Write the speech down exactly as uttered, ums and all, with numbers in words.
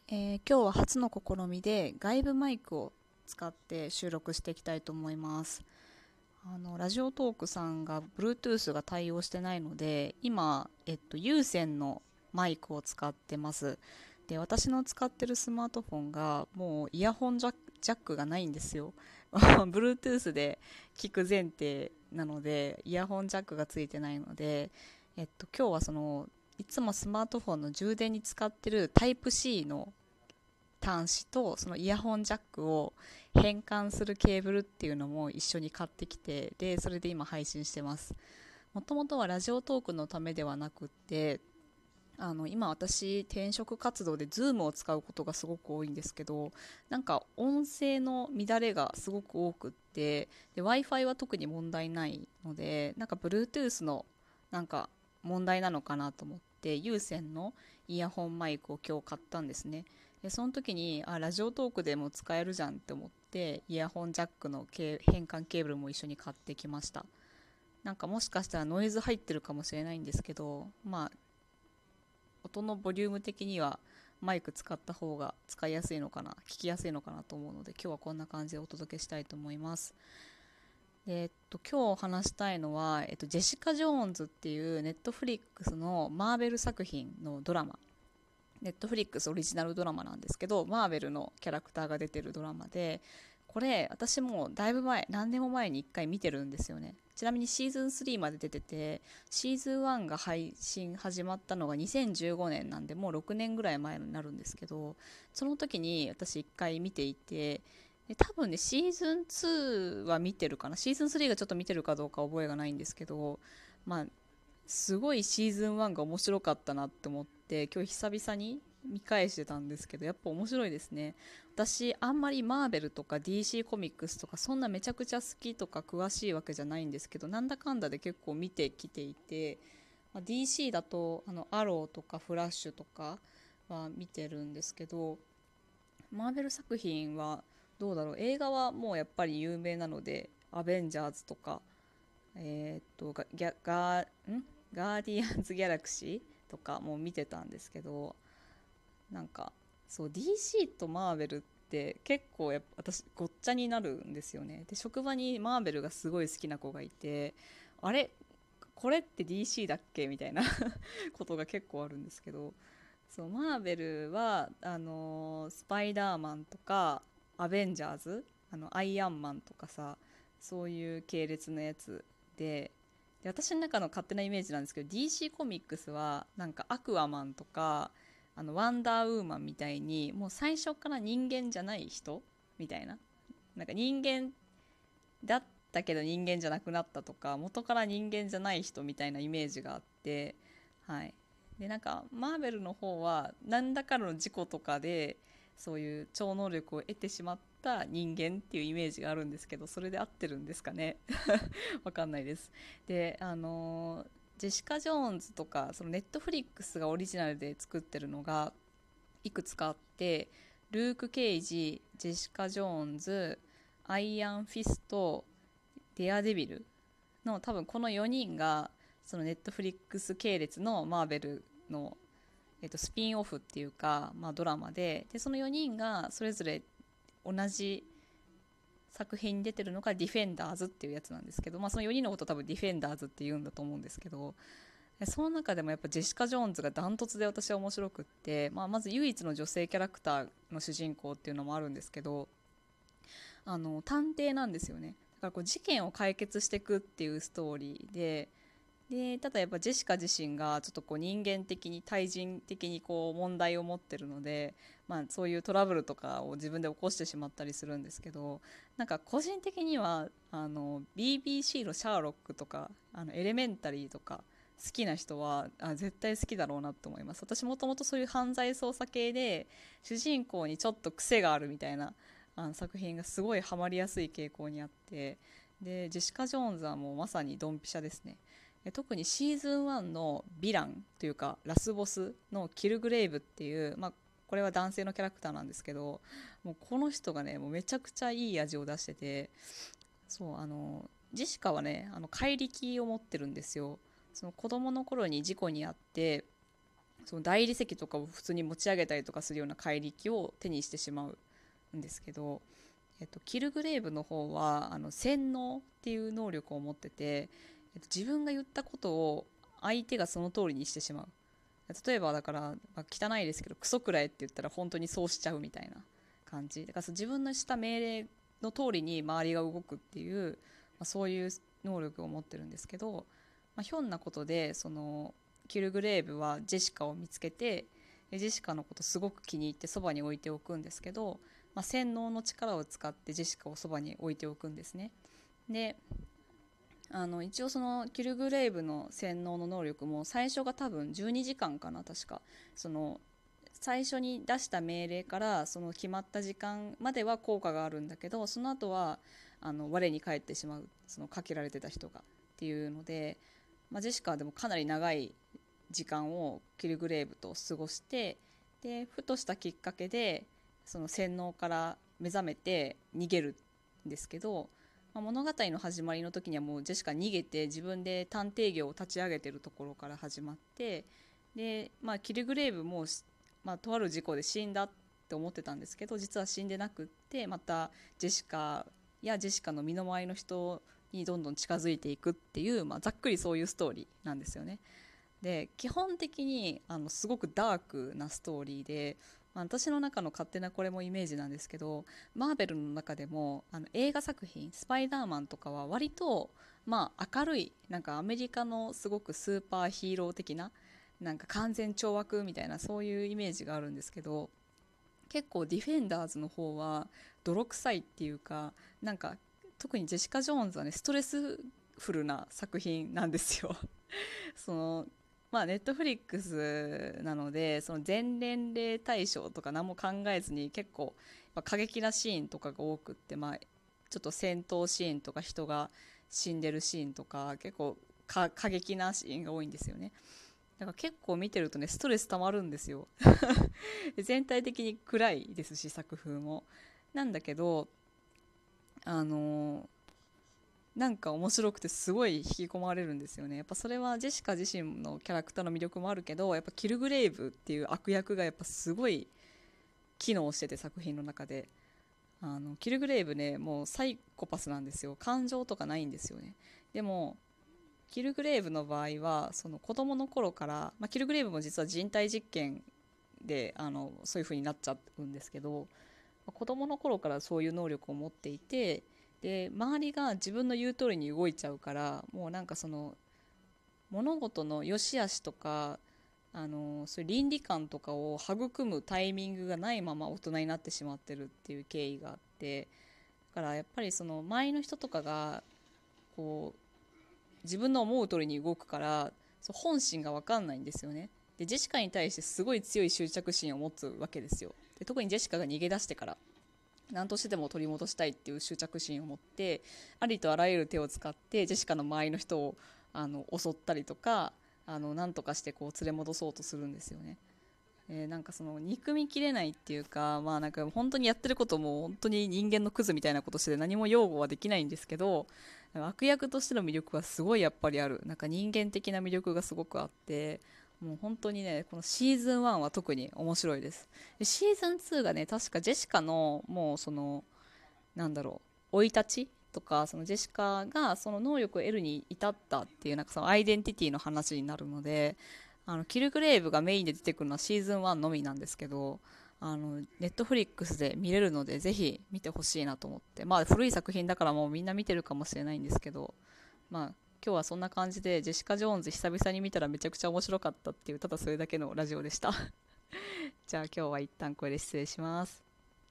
えー今日は初の試みで外部マイクを使って収録していきたいと思います。あのラジオトークさんが Bluetooth が対応してないので今、えっと、有線のマイクを使ってます。で、私の使ってるスマートフォンがもうイヤホンジャックジャックがないんですよ。Bluetooth で聞く前提なのでイヤホンジャックがついてないので、えっと、今日はそのいつもスマートフォンの充電に使ってるタイプ C の端子とそのイヤホンジャックを変換するケーブルっていうのも一緒に買ってきて、でそれで今配信してます。もともとはラジオトークのためではなくって、あの今私転職活動で Zoom を使うことがすごく多いんですけど、なんか音声の乱れがすごく多くって、で Wi-Fi は特に問題ないので、なんか Bluetooth のなんか問題なのかなと思って有線のイヤホンマイクを今日買ったんですね。でその時にあラジオトークでも使えるじゃんって思ってイヤホンジャックの変換ケーブルも一緒に買ってきました。なんかもしかしたらノイズ入ってるかもしれないんですけど、まあ音のボリューム的にはマイク使った方が使いやすいのかな、聞きやすいのかなと思うので、今日はこんな感じでお届けしたいと思います。でえっと、今日話したいのは、えっと、ジェシカ・ジョーンズっていうネットフリックスのマーベル作品のドラマ、ネットフリックスオリジナルドラマなんですけど、マーベルのキャラクターが出てるドラマで、これ私もだいぶ前、何年も前にいっかい見てるんですよね。ちなみにシーズンスリーまで出てて、シーズンワンが配信始まったのがにせんじゅうごねんなんで、もうろくねんぐらい前になるんですけど、その時に私いっかい見ていて、で多分ねシーズンツーは見てるかな、シーズンスリーがちょっと見てるかどうか覚えがないんですけど、まあすごいシーズンワンが面白かったなって思って今日久々に見返してたんですけど、やっぱ面白いですね。私あんまりマーベルとか ディーシー コミックスとかそんなめちゃくちゃ好きとか詳しいわけじゃないんですけど、なんだかんだで結構見てきていて、まあ、ディーシー だとあのアローとかフラッシュとかは見てるんですけど、マーベル作品はどうだろう、映画はもうやっぱり有名なのでアベンジャーズとか、えーっとガギャガーんガーディアンズ・ギャラクシーとかも見てたんですけど、なんかそう ディーシー とマーベルって結構やっぱ私ごっちゃになるんですよね。で職場にマーベルがすごい好きな子がいて、あれこれって ディーシー だっけみたいなことが結構あるんですけど、そうマーベルはあのースパイダーマンとかアベンジャーズ、あのアイアンマンとかさ、そういう系列のやつで、で私の中の勝手なイメージなんですけど ディーシー コミックスはなんかアクアマンとかあのワンダーウーマンみたいにもう最初から人間じゃない人みたいな、なんか人間だったけど人間じゃなくなったとか元から人間じゃない人みたいなイメージがあって、はい。でなんかマーベルの方は何らかの事故とかでそういう超能力を得てしまった人間っていうイメージがあるんですけど、それで合ってるんですかね。わかんないです。であのージェシカ・ジョーンズとかそのネットフリックスがオリジナルで作ってるのがいくつかあって、ルーク・ケイジ、ジェシカ・ジョーンズ、アイアン・フィスト、デアデビルの多分このよにんがそのネットフリックス系列のマーベルの、えっと、スピンオフっていうか、まあ、ドラマで、でそのよにんがそれぞれ同じ作品に出てるのがディフェンダーズっていうやつなんですけど、まあ、そのよにんのことを多分ディフェンダーズって言うんだと思うんですけど、その中でもやっぱジェシカ・ジョーンズがダントツで私は面白くって、まあ、まず唯一の女性キャラクターの主人公っていうのもあるんですけど、あの探偵なんですよね。だからこう事件を解決していくっていうストーリーで、でただやっぱジェシカ自身がちょっとこう人間的に対人的にこう問題を持ってるので、まあ、そういうトラブルとかを自分で起こしてしまったりするんですけど、なんか個人的にはあの ビービーシー のシャーロックとかあのエレメンタリーとか好きな人はあ絶対好きだろうなと思います。私もともとそういう犯罪捜査系で主人公にちょっと癖があるみたいなあの作品がすごいハマりやすい傾向にあって、でジェシカ・ジョーンズはもうまさにドンピシャですね。特にシーズンワンのヴィランというかラスボスのキルグレイブっていう、まあ、これは男性のキャラクターなんですけど、もうこの人がねもうめちゃくちゃいい味を出してて、そうあのジェシカはねあの怪力を持ってるんですよ。その子供の頃に事故に遭って、 その大理石とかを普通に持ち上げたりとかするような怪力を手にしてしまうんですけど、えっと、キルグレイブの方はあの洗脳っていう能力を持ってて、えっと、自分が言ったことを相手がその通りにしてしまう。例えばだから、まあ、汚いですけどクソくらえって言ったら本当にそうしちゃうみたいな感じだから、自分のした命令の通りに周りが動くっていう、まあ、そういう能力を持ってるんですけど、まあ、ひょんなことでそのキルグレイブはジェシカを見つけて、ジェシカのことすごく気に入ってそばに置いておくんですけど、まあ、洗脳の力を使ってジェシカをそばに置いておくんですね。であの一応そのキルグレイブの洗脳の能力も最初が多分じゅうにじかんかな、確か。その最初に出した命令からその決まった時間までは効果があるんだけど、その後はあの我に返ってしまう、そのかけられてた人がっていうので、まあ、ジェシカはでもかなり長い時間をキルグレイブと過ごして、でふとしたきっかけでその洗脳から目覚めて逃げるんですけど、まあ、物語の始まりの時にはもうジェシカ逃げて自分で探偵業を立ち上げてるところから始まって、で、まあ、キルグレイブも、まあ、とある事故で死んだって思ってたんですけど、実は死んでなくって、またジェシカやジェシカの身の回りの人にどんどん近づいていくっていう、まあ、ざっくりそういうストーリーなんですよね。で基本的にあのすごくダークなストーリーで、まあ、私の中の勝手なこれもイメージなんですけど、マーベルの中でもあの映画作品スパイダーマンとかは割と、まあ、明るい、なんかアメリカのすごくスーパーヒーロー的な、なんか完全懲悪みたいなそういうイメージがあるんですけど、結構ディフェンダーズの方は泥臭いっていうか、なんか特にジェシカ・ジョーンズはねストレスフルな作品なんですよ。そのまあネットフリックスなので、その全年齢対象とか何も考えずに結構過激なシーンとかが多くって、まあ、ちょっと戦闘シーンとか人が死んでるシーンとか結構過激なシーンが多いんですよね。だから結構見てるとねストレス溜まるんですよ。全体的に暗いですし作風もなんだけど、あのーなんか面白くてすごい引き込まれるんですよね。やっぱそれはジェシカ自身のキャラクターの魅力もあるけど、やっぱキルグレイブっていう悪役がやっぱすごい機能してて、作品の中であのキルグレイブねもうサイコパスなんですよ。感情とかないんですよね。でもキルグレイブの場合はその子供の頃から、まあ、キルグレイブも実は人体実験であのそういう風になっちゃうんですけど、子供の頃からそういう能力を持っていて、で周りが自分の言う通りに動いちゃうから、もうなんかその物事の良し悪しとかあのそういう倫理観とかを育むタイミングがないまま大人になってしまってるっていう経緯があって、だからやっぱりその周りの人とかがこう自分の思う通りに動くから、そう本心が分かんないんですよね。でジェシカに対してすごい強い執着心を持つわけですよ。で特にジェシカが逃げ出してから何としてでも取り戻したいっていう執着心を持って、ありとあらゆる手を使ってジェシカの周りの人をあの襲ったりとか、あの何とかしてこう連れ戻そうとするんですよね。えーなんかその憎みきれないっていうか、まあなんか本当にやってることも本当に人間のクズみたいなことして何も擁護はできないんですけど、悪役としての魅力はすごいやっぱりある。なんか人間的な魅力がすごくあって、もう本当にねこのシーズンワンは特に面白いです。でシーズンツーがね確かジェシカのもうそのなんだろう生い立ちとか、そのジェシカがその能力を得るに至ったっていうなんかそのアイデンティティの話になるので、あのキルグレイブがメインで出てくるのはシーズンワンのみなんですけど、あのネットフリックスで見れるのでぜひ見てほしいなと思って、まあ古い作品だからもうみんな見てるかもしれないんですけど、まあ今日はそんな感じでジェシカ・ジョーンズ久々に見たらめちゃくちゃ面白かったっていう、ただそれだけのラジオでした。じゃあ今日は一旦これで失礼します。